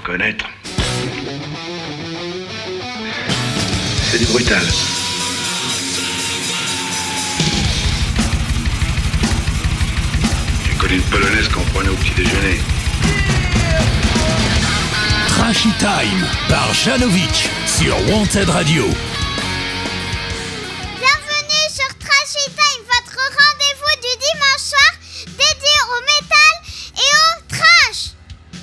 connaître. C'est du brutal. J'ai connu une polonaise qu'on prenait au petit déjeuner. Trashy Time par Janovic sur Wanted Radio. Bienvenue sur Trashy Time, votre rendez-vous du dimanche soir dédié au métal et au trash.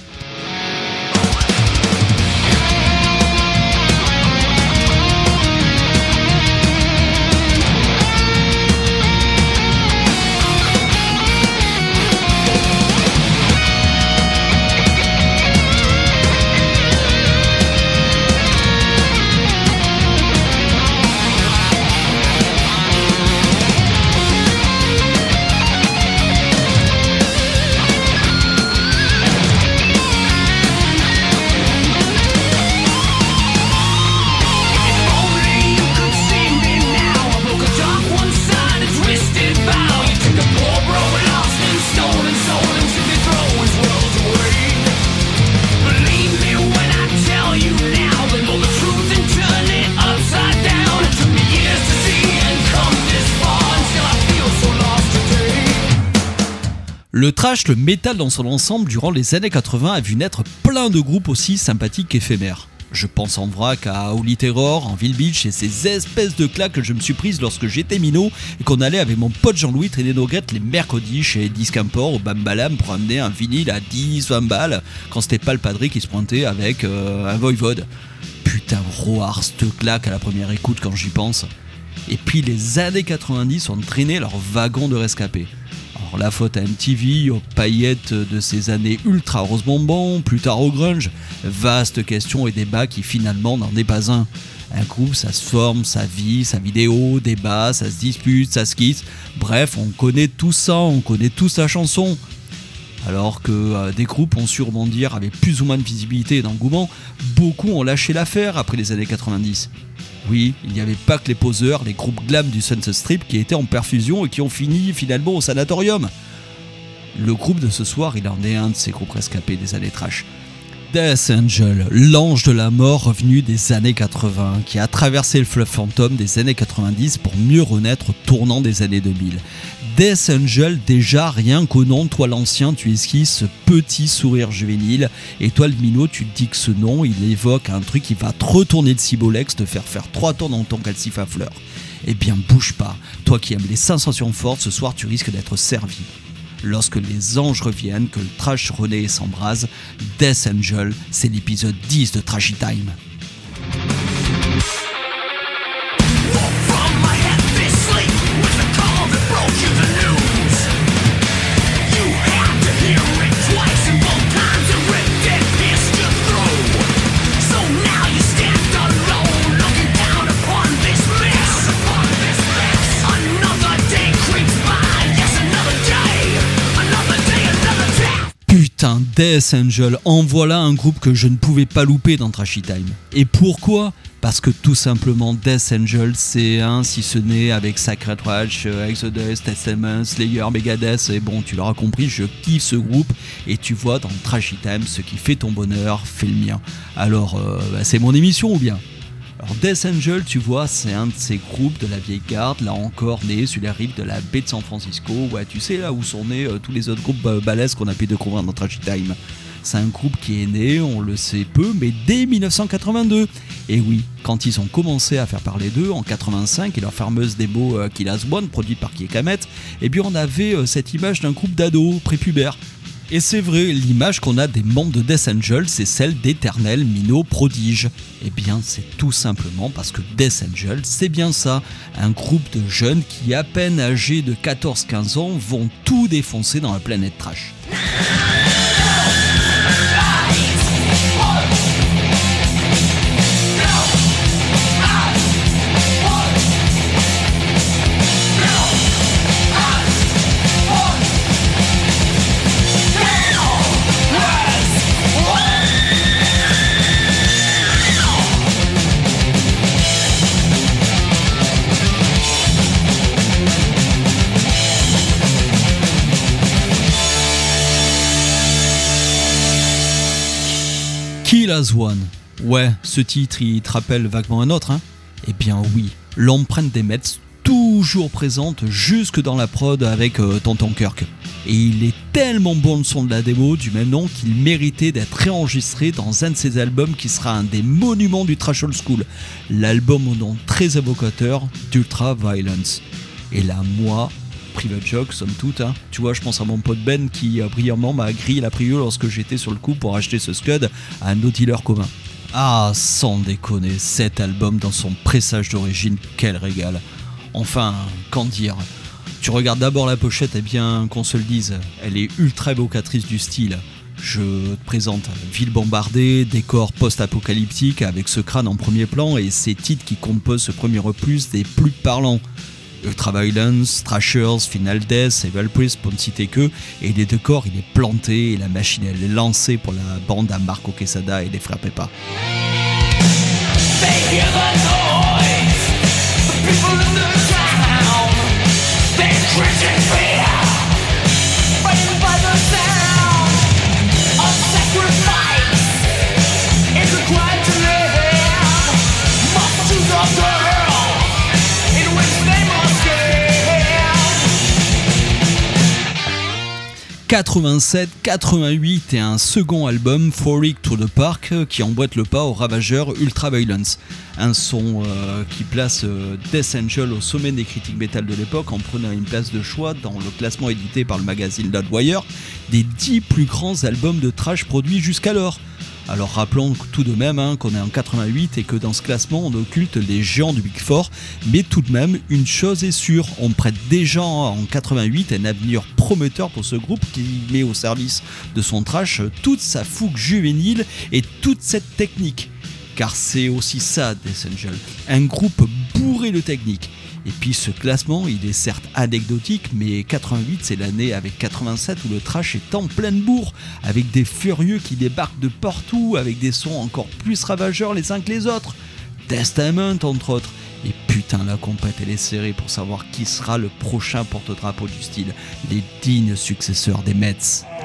Le trash, le métal dans son ensemble, durant les années 80, a vu naître plein de groupes aussi sympathiques qu'éphémères. Je pense en vrac à Holy Terror, en Ville Beach et ces espèces de claques que je me suis prises lorsque j'étais minot et qu'on allait avec mon pote Jean-Louis traîner nos grettes les mercredis chez Discampor au Bambalam pour amener un vinyle à 10-20 balles quand c'était pas le padré qui se pointait avec un voivode. Putain, roar, cette claque à la première écoute quand j'y pense. Et puis les années 90 ont traîné leur wagon de rescapés. Alors la faute à MTV, aux paillettes de ces années ultra rose bonbon, plus tard au grunge, vaste question et débat qui finalement n'en est pas un. Un groupe, ça se forme, ça vit, sa vidéo, débat, ça se dispute, ça se quitte. Bref, on connaît tout ça, on connaît tous la chanson. Alors que des groupes ont su rebondir avec plus ou moins de visibilité et d'engouement, beaucoup ont lâché l'affaire après les années 90. Oui, il n'y avait pas que les poseurs, les groupes glam du Sunset Strip qui étaient en perfusion et qui ont fini finalement au sanatorium. Le groupe de ce soir, il en est un de ces groupes rescapés des années trash. Death Angel, l'ange de la mort revenu des années 80, qui a traversé le fleuve fantôme des années 90 pour mieux renaître au tournant des années 2000. Death Angel, déjà rien qu'au nom, toi l'ancien, tu esquisses ce petit sourire juvénile, et toi le minot, tu te dis que ce nom, il évoque un truc qui va te retourner le cibolex, te faire 3 tours dans ton calcif à fleurs. Eh bien bouge pas, toi qui aimes les sensations fortes, ce soir tu risques d'être servi. Lorsque les anges reviennent, que le trash renaît et s'embrase, Death Angel, c'est l'épisode 10 de Trashy Time. Putain, Death Angel, en voilà un groupe que je ne pouvais pas louper dans Trashy Time. Et pourquoi ? Parce que tout simplement Death Angel, c'est un, si ce n'est avec Sacred Reich, Exodus, Testament, Slayer, Megadeth, et bon, tu l'auras compris, je kiffe ce groupe, et tu vois dans Trashy Time, ce qui fait ton bonheur fait le mien. Alors, c'est mon émission ou bien ? Alors Death Angel, tu vois, c'est un de ces groupes de la vieille garde, là encore né sur les rives de la baie de San Francisco, ouais, tu sais là où sont nés tous les autres groupes balèzes qu'on a pu découvrir dans Trashy Time. C'est un groupe qui est né, on le sait peu, mais dès 1982. Et oui, quand ils ont commencé à faire parler d'eux, en 85, et leur fameuse démo Kill Us One, produite par Kiek Hamet, eh bien on avait cette image d'un groupe d'ados prépubères. Et c'est vrai, l'image qu'on a des membres de Death Angel, c'est celle d'éternels minots prodiges. Eh bien, c'est tout simplement parce que Death Angel, c'est bien ça. Un groupe de jeunes qui, à peine âgés de 14-15 ans, vont tout défoncer dans la planète trash. Kill as One. Ouais, ce titre, il te rappelle vaguement un autre, hein? Eh bien oui, l'empreinte des Mets toujours présente jusque dans la prod avec Tonton Kirk. Et il est tellement bon le son de la démo du même nom qu'il méritait d'être réenregistré dans un de ses albums qui sera un des monuments du thrash old school. L'album au nom très évocateur d'Ultra Violence. Et là, moi, private joke, somme toute, hein, tu vois, je pense à mon pote Ben qui brillamment m'a grillé la prio lorsque j'étais sur le coup pour acheter ce scud à nos dealers communs. Ah, sans déconner, cet album dans son pressage d'origine, quel régal. Enfin, qu'en dire? Tu regardes d'abord la pochette, et bien qu'on se le dise, elle est ultra évocatrice du style. Je te présente ville bombardée, décor post-apocalyptique avec ce crâne en premier plan et ces titres qui composent ce premier opus des plus parlants. Ultra Violence, Thrashers, Final Death, Evil Priest pour ne citer que, et les décors il est planté et la machine elle est lancée pour la bande à Marco Quesada et les frères Pepa. People in the town, they cringing fear, frightened by the sound of sacrifice. It's a crime to live, must choose a girl in which they must live. 87, 88 et un second album, Frolic to the Park, qui emboîte le pas au ravageur Ultra Violence. Un son qui place Death Angel au sommet des critiques métal de l'époque en prenant une place de choix dans le classement édité par le magazine Loudwire des 10 plus grands albums de thrash produits jusqu'alors. Alors rappelons tout de même qu'on est en 88 et que dans ce classement on occulte les géants du Big Four, mais tout de même une chose est sûre, on prête déjà en 88 un avenir prometteur pour ce groupe qui met au service de son thrash toute sa fougue juvénile et toute cette technique. Car c'est aussi ça Death Angel, un groupe bourré de technique. Et puis ce classement, il est certes anecdotique, mais 88 c'est l'année avec 87 où le trash est en pleine bourre, avec des furieux qui débarquent de partout, avec des sons encore plus ravageurs les uns que les autres. Testament entre autres. Et putain la compète elle est serrée pour savoir qui sera le prochain porte-drapeau du style, les dignes successeurs des Mets.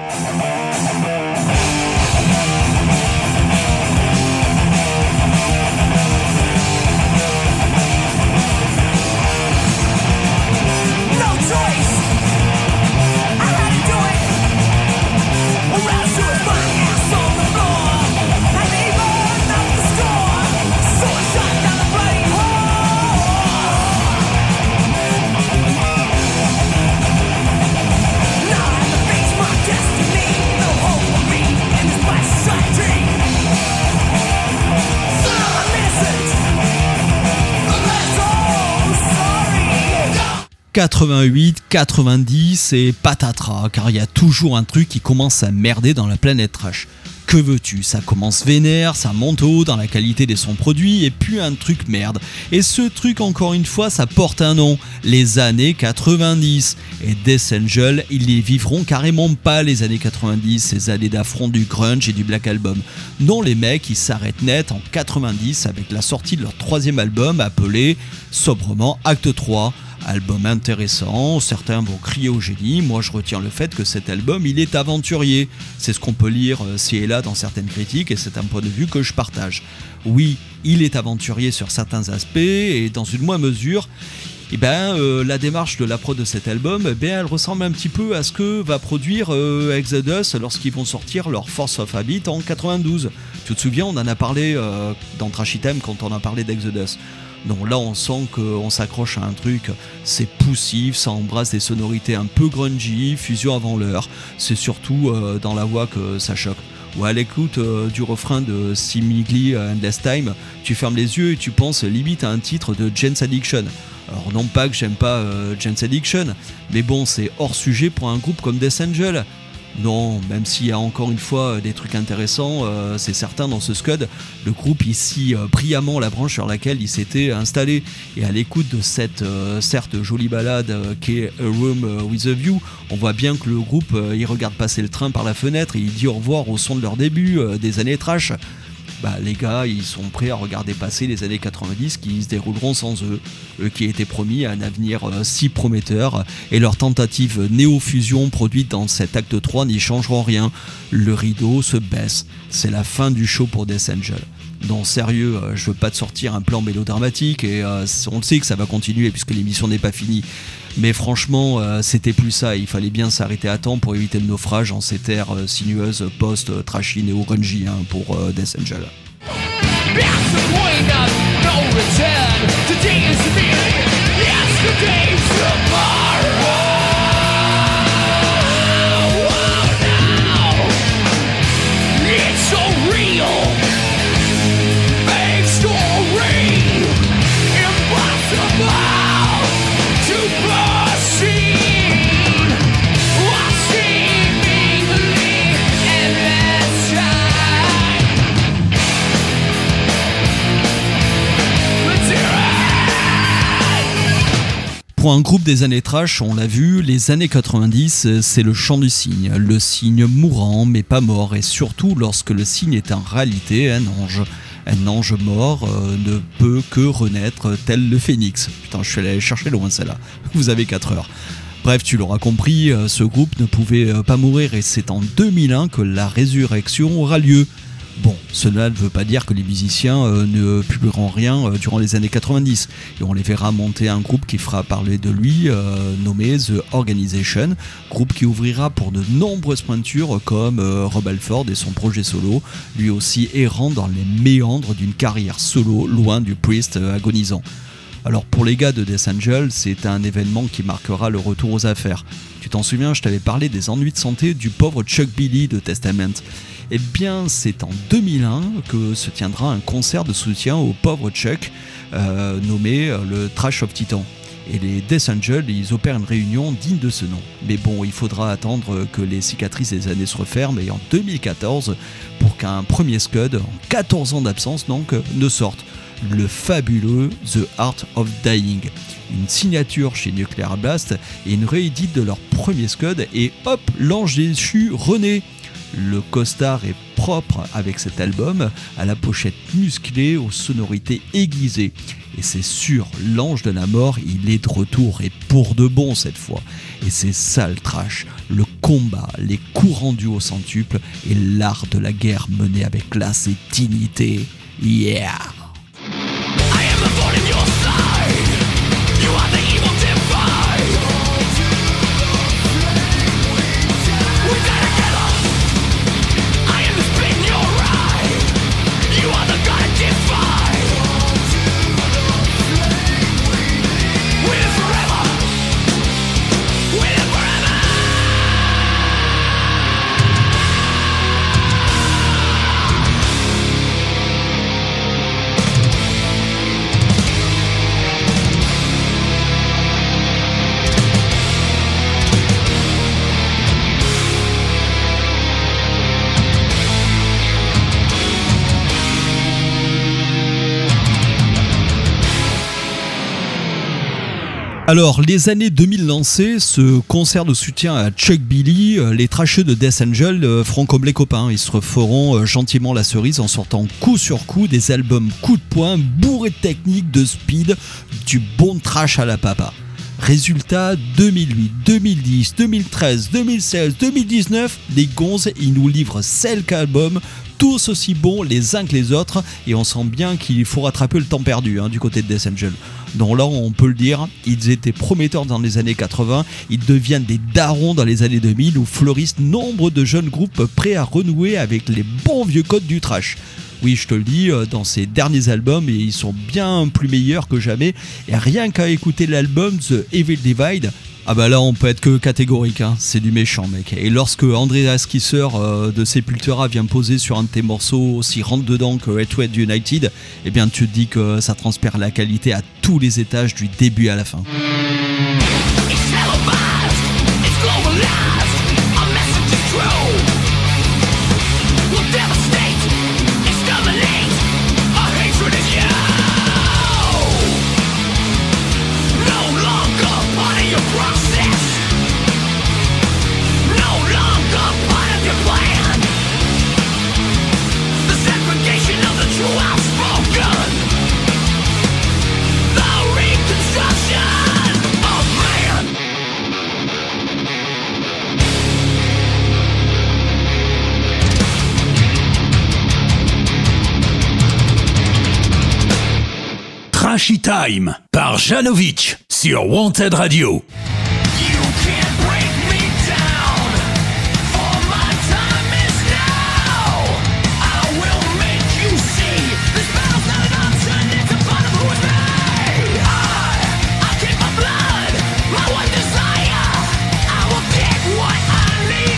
« 88, 90 et patatras, car il y a toujours un truc qui commence à merder dans la planète trash. Que veux-tu, ça commence vénère, ça monte haut dans la qualité des sons produits et puis un truc merde. Et ce truc encore une fois ça porte un nom, les années 90. Et Death Angel, ils les vivront carrément pas les années 90, ces années d'affront du grunge et du black album. Non les mecs ils s'arrêtent net en 90 avec la sortie de leur troisième album appelé sobrement Acte 3. Album intéressant, certains vont crier au génie, moi je retiens le fait que cet album il est aventurier. C'est ce qu'on peut lire ci et là dans certaines critiques et c'est un point de vue que je partage. Oui, il est aventurier sur certains aspects et dans une moindre mesure, la démarche de la prod de cet album, elle ressemble un petit peu à ce que va produire Exodus lorsqu'ils vont sortir leur Force of Habit en 92. Tu te souviens, on en a parlé dans Trashy Time quand on a parlé d'Exodus. Donc là on sent qu'on s'accroche à un truc, c'est poussif, ça embrasse des sonorités un peu grungy, fusion avant l'heure, c'est surtout dans la voix que ça choque. Ou à l'écoute du refrain de Simigly Endless Time, tu fermes les yeux et tu penses limite à un titre de Jane's Addiction. Alors non pas que j'aime pas Jane's Addiction, mais bon c'est hors sujet pour un groupe comme Death Angel. Non, même s'il y a encore une fois des trucs intéressants, c'est certain dans ce scud, le groupe ici brillamment la branche sur laquelle il s'était installé. Et à l'écoute de cette certes jolie balade qu'est A Room With A View, on voit bien que le groupe il regarde passer le train par la fenêtre et il dit au revoir au son de leur début des années trash. Les gars, ils sont prêts à regarder passer les années 90 qui se dérouleront sans eux qui étaient promis à un avenir si prometteur, et leurs tentatives néo-fusion produites dans cet acte 3 n'y changeront rien. Le rideau se baisse, c'est la fin du show pour Death Angel. Non, sérieux, je veux pas te sortir un plan mélodramatique, et on le sait que ça va continuer puisque l'émission n'est pas finie. Mais franchement, c'était plus ça, il fallait bien s'arrêter à temps pour éviter le naufrage en ces terres sinueuses post-trashy néo-grungy pour Death Angel. Pour un groupe des années trash, on l'a vu, les années 90, c'est le chant du cygne. Le cygne mourant, mais pas mort, et surtout lorsque le cygne est en réalité un ange. Un ange mort ne peut que renaître tel le phénix. Putain, je suis allé chercher loin celle-là. Vous avez 4 heures. Bref, tu l'auras compris, ce groupe ne pouvait pas mourir, et c'est en 2001 que la résurrection aura lieu. Bon, cela ne veut pas dire que les musiciens ne publieront rien durant les années 90, et on les verra monter un groupe qui fera parler de lui, nommé The Organization, groupe qui ouvrira pour de nombreuses pointures comme Rob Halford et son projet solo, lui aussi errant dans les méandres d'une carrière solo loin du Priest agonisant. Alors pour les gars de Death Angel, c'est un événement qui marquera le retour aux affaires. Tu t'en souviens, je t'avais parlé des ennuis de santé du pauvre Chuck Billy de Testament. Eh bien, c'est en 2001 que se tiendra un concert de soutien au pauvre Chuck, nommé le Trash of Titan. Et les Death Angel, ils opèrent une réunion digne de ce nom. Mais bon, il faudra attendre que les cicatrices des années se referment, et en 2014, pour qu'un premier scud, en 14 ans d'absence donc, ne sorte. Le fabuleux The Art of Dying. Une signature chez Nuclear Blast et une réédite de leur premier scud, et hop, l'ange déchu renaît. Le costard est propre avec cet album, à la pochette musclée, aux sonorités aiguisées. Et c'est sûr, l'ange de la mort, il est de retour, et pour de bon cette fois. Et c'est ça le trash, le combat, les coups rendus au centuple, et l'art de la guerre menée avec classe et dignité. Yeah! Alors, les années 2000 lancées, ce concert de soutien à Chuck Billy, les trasheux de Death Angel feront comme les copains. Ils se referont gentiment la cerise en sortant coup sur coup des albums coup de poing, bourrés de techniques, de speed, du bon trash à la papa. Résultat, 2008, 2010, 2013, 2016, 2019, les gonzes, ils nous livrent 5 albums, tous aussi bons les uns que les autres, et on sent bien qu'il faut rattraper le temps perdu du côté de Death Angel. Donc là, on peut le dire, ils étaient prometteurs dans les années 80, ils deviennent des darons dans les années 2000 où fleurissent nombre de jeunes groupes prêts à renouer avec les bons vieux codes du trash. Oui, je te le dis, dans ces derniers albums, ils sont bien plus meilleurs que jamais, et rien qu'à écouter l'album The Evil Divide, ah bah là on peut être que catégorique, c'est du méchant mec. Et lorsque Andreas Kisser de Sepultura vient poser sur un de tes morceaux aussi rentre dedans que Hatred United, eh bien tu te dis que ça transpire la qualité à tous les étages du début à la fin. Segregation Trashy Time par Janovic sur Wanted Radio. You can't break me down, for my time is now. I will make you see, this battle's not an option, it's a battle who is me. I keep my blood, my one desire, I will get what I need.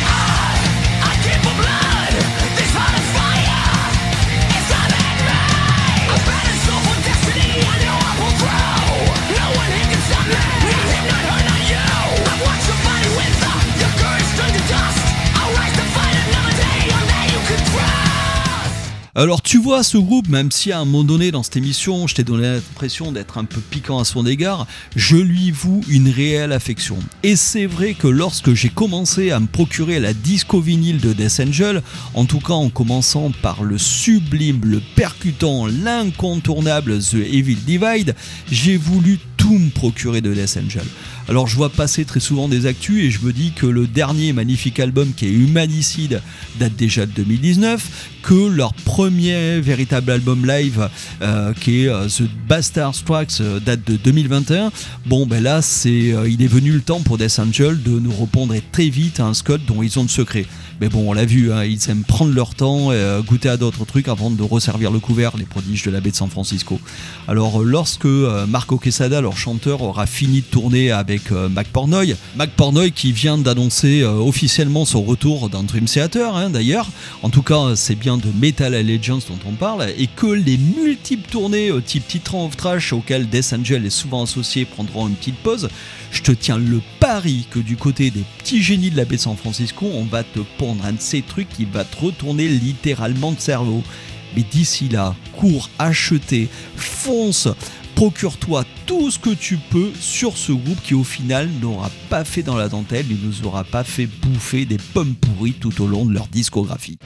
I keep my blood, this heart is fire, it's not in me. I'm batting so for destiny, I know I will grow. No one here can stop me, not him, not her, not you. I've watched your body wither, your courage turn to dust. I'll rise to fight another day, one that you can trust. Alors tu vois, ce groupe, même si à un moment donné dans cette émission je t'ai donné l'impression d'être un peu piquant à son égard, je lui voue une réelle affection. Et c'est vrai que lorsque j'ai commencé à me procurer la disco vinyle de Death Angel, en tout cas en commençant par le sublime, le percutant, l'incontournable The Evil Divide, j'ai voulu tout me procurer de Death Angel. Alors je vois passer très souvent des actus et je me dis que le dernier magnifique album qui est Humanicide date déjà de 2019, que leur premier véritable album live qui est The Bastard Strikes date de 2021. Bon ben là il est venu le temps pour Death Angel de nous répondre très vite à un Scott dont ils ont le secret. Mais bon, on l'a vu, hein, ils aiment prendre leur temps et goûter à d'autres trucs avant de resservir le couvert, les prodiges de la baie de San Francisco. Alors lorsque Marco Quesada, leur chanteur, aura fini de tourner avec Mac Pornoy qui vient d'annoncer officiellement son retour dans Dream Theater, hein, d'ailleurs, en tout cas c'est bien de Metal Allegiance dont on parle, et que les multiples tournées type Titan of Trash auxquelles Death Angel est souvent associé prendront une petite pause, je te tiens le pari que du côté des petits génies de la baie de San Francisco, on va te pondre un de ces trucs qui va te retourner littéralement le cerveau. Mais d'ici là, cours, acheter, fonce, procure-toi tout ce que tu peux sur ce groupe qui au final n'aura pas fait dans la dentelle, il nous aura pas fait bouffer des pommes pourries tout au long de leur discographie.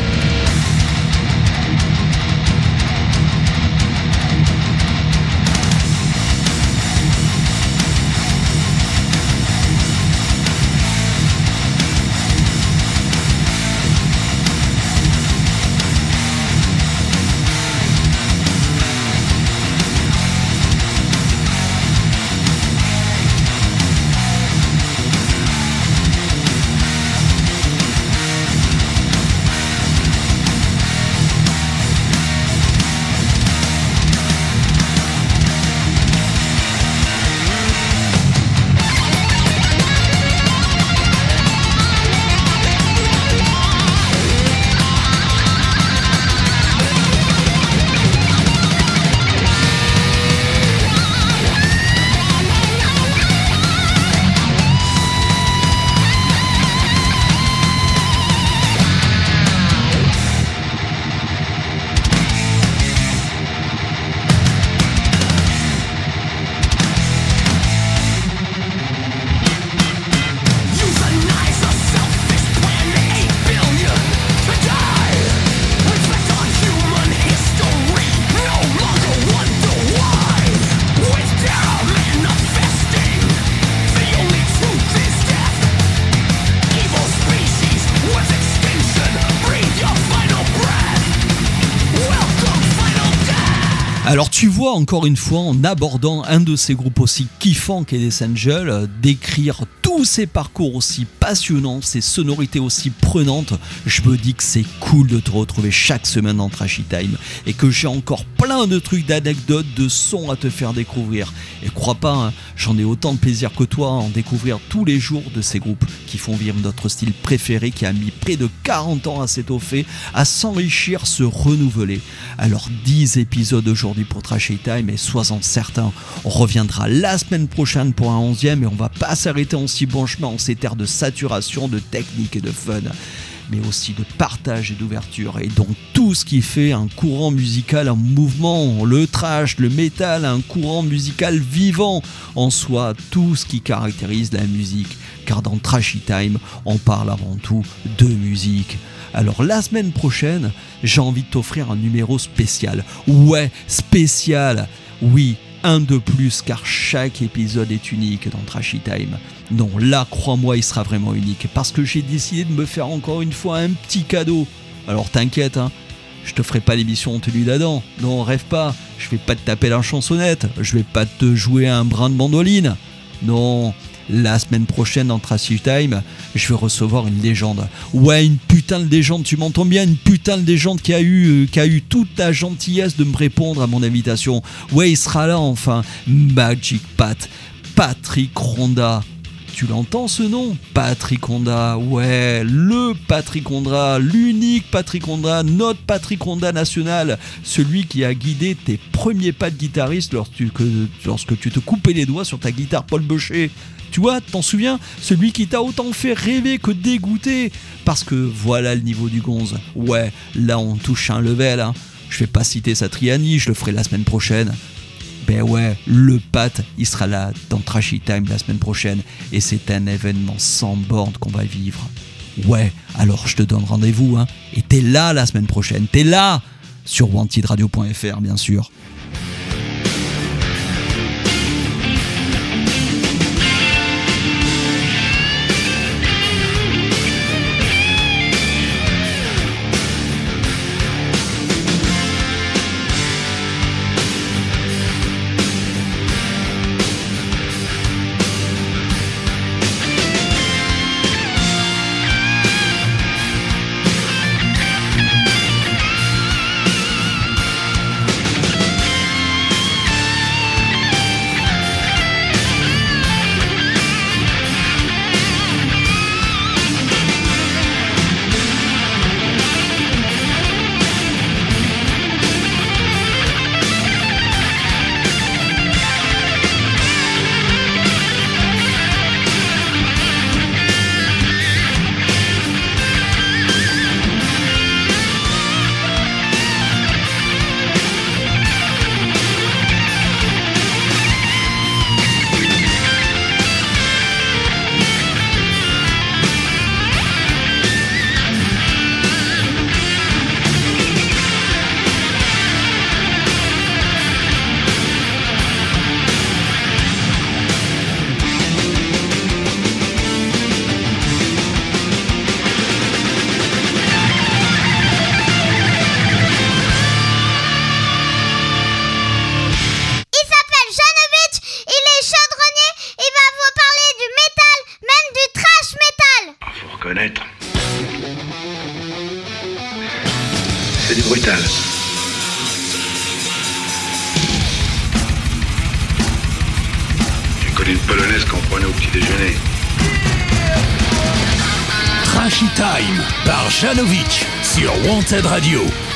Alors tu vois encore une fois en abordant un de ces groupes aussi kiffants qu'est Death Angel, décrire tous ces parcours aussi passionnants, ces sonorités aussi prenantes, je me dis que c'est cool de te retrouver chaque semaine dans Trashy Time et que j'ai encore plein de trucs, d'anecdotes, de sons à te faire découvrir. Et crois pas, hein, j'en ai autant de plaisir que toi à en découvrir tous les jours de ces groupes qui font vivre notre style préféré qui a mis près de 40 ans à s'étoffer, à s'enrichir, se renouveler. Alors 10 épisodes aujourd'hui pour Trashy Time et sois-en certain, on reviendra la semaine prochaine pour un 11e et on va pas s'arrêter en si bon chemin en ces terres de saturation, de technique et de fun, mais aussi de partage et d'ouverture, et donc tout ce qui fait un courant musical en mouvement, le thrash, le métal, un courant musical vivant en soi, tout ce qui caractérise la musique, car dans Trashy Time, on parle avant tout de musique. Alors la semaine prochaine, j'ai envie de t'offrir un numéro spécial. Ouais, spécial. Oui, un de plus, car chaque épisode est unique dans Trashy Time. Non, là, crois-moi, il sera vraiment unique, parce que j'ai décidé de me faire encore une fois un petit cadeau. Alors t'inquiète, hein, je te ferai pas l'émission en tenue d'Adam. Non, rêve pas. Je vais pas te taper la chansonnette. Je vais pas te jouer un brin de mandoline. Non, la semaine prochaine dans Trashy Time, je vais recevoir une légende. Ouais, une putain de légende, tu m'entends bien, une putain de légende qui a eu toute la gentillesse de me répondre à mon invitation. Ouais, il sera là enfin. Magic Pat, Patrick Ronda. Tu l'entends ce nom? Patrick Ronda, ouais, le Patrick Ronda, l'unique Patrick Ronda, notre Patrick Ronda national, celui qui a guidé tes premiers pas de guitariste lorsque tu te coupais les doigts sur ta guitare Paul Beucher. Tu vois, t'en souviens? Celui qui t'a autant fait rêver que dégoûter. Parce que voilà le niveau du gonze. Ouais, là on touche un level, hein. Je vais pas citer Satriani, je le ferai la semaine prochaine. Ben ouais, le Pat, il sera là dans Trashy Time la semaine prochaine et c'est un événement sans borne qu'on va vivre. Ouais, alors je te donne rendez-vous, hein, et t'es là la semaine prochaine, t'es là sur wantedradio.fr bien sûr. C'est du brutal. J'ai connu une polonaise qu'on prenait au petit déjeuner. Trashy Time par Janovic sur Wanted Radio.